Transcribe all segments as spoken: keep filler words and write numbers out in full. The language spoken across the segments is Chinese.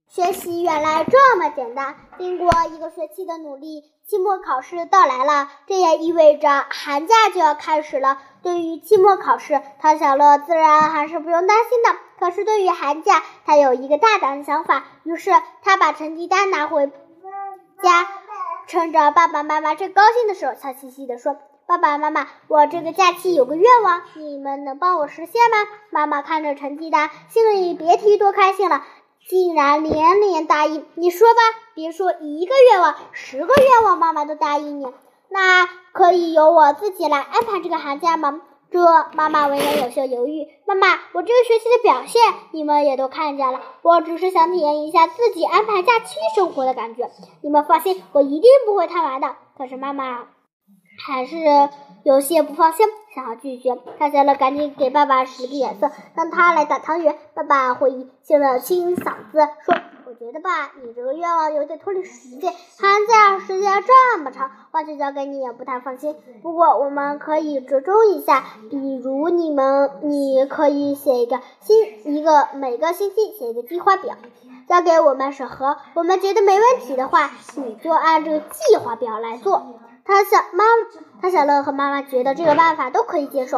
学习原来这么简单。经过一个学期的努力，期末考试到来了，这也意味着寒假就要开始了。对于期末考试，唐小乐自然还是不用担心的。可是对于寒假，他有一个大胆的想法，于是他把成绩单拿回家，趁着爸爸妈妈正高兴的时候，笑嘻嘻地说：“爸爸妈妈，我这个假期有个愿望，你们能帮我实现吗？”妈妈看着成绩单，心里别提多开心了，竟然连连答应。你说吧，别说一个愿望，十个愿望妈妈都答应你。那可以由我自己来安排这个寒假吗？这妈妈为人有些犹豫。妈妈，我这个学期的表现你们也都看见了，我只是想体验一下自己安排假期生活的感觉。你们放心，我一定不会贪玩的。可是妈妈还是有些不放心，想要拒绝。唐小乐赶紧给爸爸使了个眼色，让他来打汤圆。爸爸会意，清了清嗓子说：“我觉得吧，你这个愿望有点脱离实际，寒假时间这么长，完全交给你也不太放心。不过我们可以折中一下，比如你们，你可以写一个星一个每个星期写一个计划表，交给我们审核。我们觉得没问题的话，你就按这个计划表来做。”他小妈，他小乐和妈妈觉得这个办法都可以接受，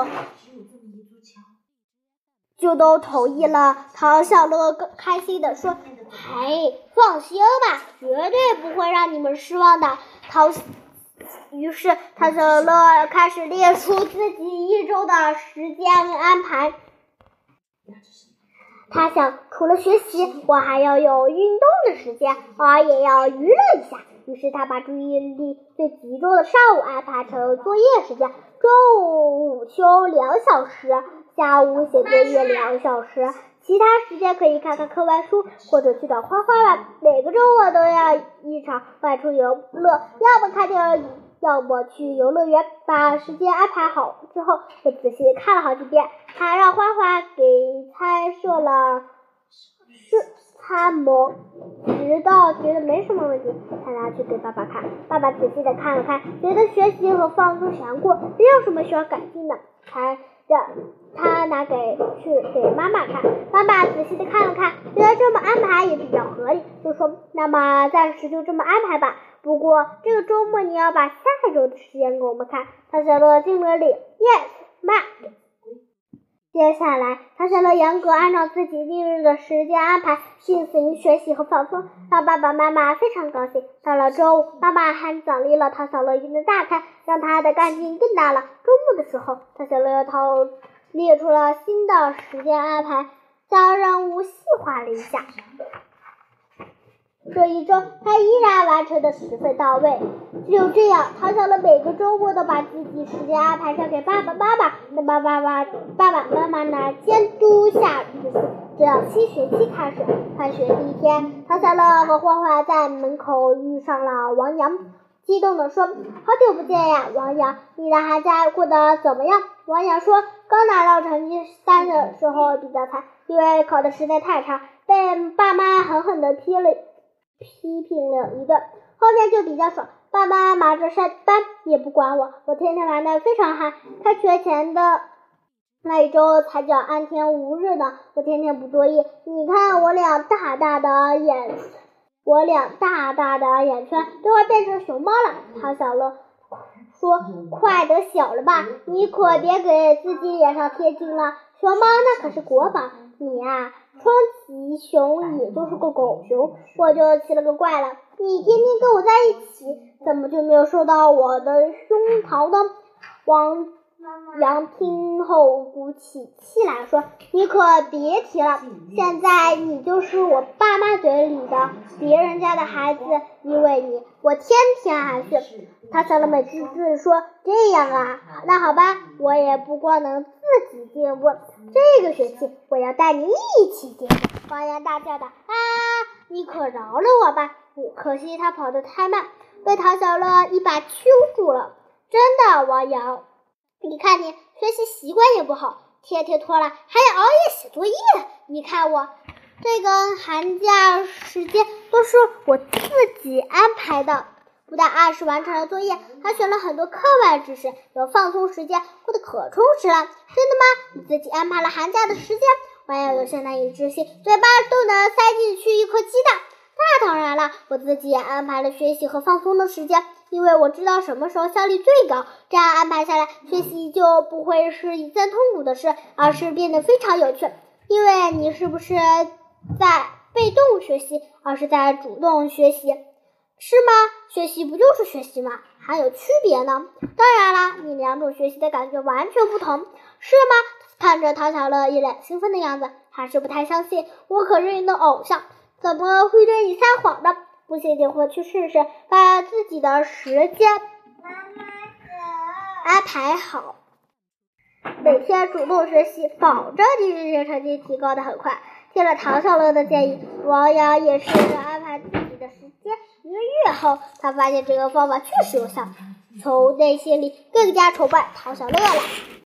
就都同意了。唐小乐更开心地说：“哎，放心吧，绝对不会让你们失望的。”唐，于是唐小乐开始列出自己一周的时间安排。他想，除了学习，我还要有运动的时间，偶尔也要娱乐一下。于是他把注意力最集中的上午安排成作业时间，中午午休两小时，下午写作业两小时，其他时间可以看看课外书或者去找花花玩。每个周末都要一场外出游乐，要么看电影，要么去游乐园。把时间安排好之后，又仔细看了好几遍，还让花花给猜设了是参谋，直到觉得没什么问题，才拿去给爸爸看。爸爸仔细的看了看，觉得学习和放松全过，没有什么需要改进的，才让他拿给去给妈妈看。妈妈仔细的看了看，觉得这么安排也比较合理，就说：“那么暂时就这么安排吧。不过这个周末你要把下一周的时间给我们看。”唐小乐敬了礼 ，Yes, Ma。接下来，唐小乐严格按照自己定日的时间安排进行学习和放松，让爸爸妈妈非常高兴。到了周五，妈妈还奖励了唐小乐一顿大餐，让他的干劲更大了。周末的时候，唐小乐又列出了新的时间安排，将任务细化了一下。这一周，他依然完成的十分到位。只有这样，唐小乐每个周末都把自己时间安排交给爸爸妈妈，让爸爸妈妈爸爸妈妈呢监督下执行。直到新学期开始，开学第一天，唐小乐和花花在门口遇上了王阳，激动地说：“好久不见呀，王阳，你的寒假过得怎么样？”王阳说：“刚拿到成绩单的时候比较惨，因为考得实在太差，被爸妈狠狠地批了批评了一顿，后面就比较爽，爸妈忙着上班也不管我，我天天玩得非常嗨。开学前的那一周才叫安天无日呢，我天天补作业，你看我俩大大的眼我俩大大的眼圈都快变成熊猫了。”唐小乐说：“快得小了吧，你可别给自己脸上贴金了，熊猫那可是国宝，你呀、啊充其熊也就是个狗熊，我就奇了个怪了，你天天跟我在一起，怎么就没有受到我的胸膛呢？”王阳听后鼓起气来说：“你可别提了，现在你就是我爸妈嘴里的别人家的孩子，因为你我天天还是。”他小了美滋滋说：“这样啊，那好吧，我也不光能自己进步，这个学期我要带你一起进步。”王阳大叫道：“啊，你可饶了我吧！”可惜他跑得太慢，被唐小乐一把揪住了。“真的，王阳，你看你学习习惯也不好，天天拖拉，还要熬夜写作业。你看我这个寒假时间都是我自己安排的，不但按时完成了作业，还选了很多课外知识，有放松时间，过得可充实了。真的吗？你自己安排了寒假的时间？ 王瑶有些难以置信，嘴巴都能塞进去一颗鸡蛋。那当然了，我自己也安排了学习和放松的时间，因为我知道什么时候效率最高，这样安排下来，学习就不会是一件痛苦的事，而是变得非常有趣。因为你是不是在被动学习，而是在主动学习，是吗？学习不就是学习吗？还有区别呢？当然啦，你两种学习的感觉完全不同，是吗？看着唐小乐一脸兴奋的样子，还是不太相信，我可是你的偶像，怎么会对你撒谎呢？不信就会去试试，把自己的时间安排好，每天主动学习，保证你日学成绩提高的很快。听了唐小乐的建议，王瑶也试着安排自己的时间。一个月后，他发现这个方法确实有效，从内心里更加崇拜唐小乐了。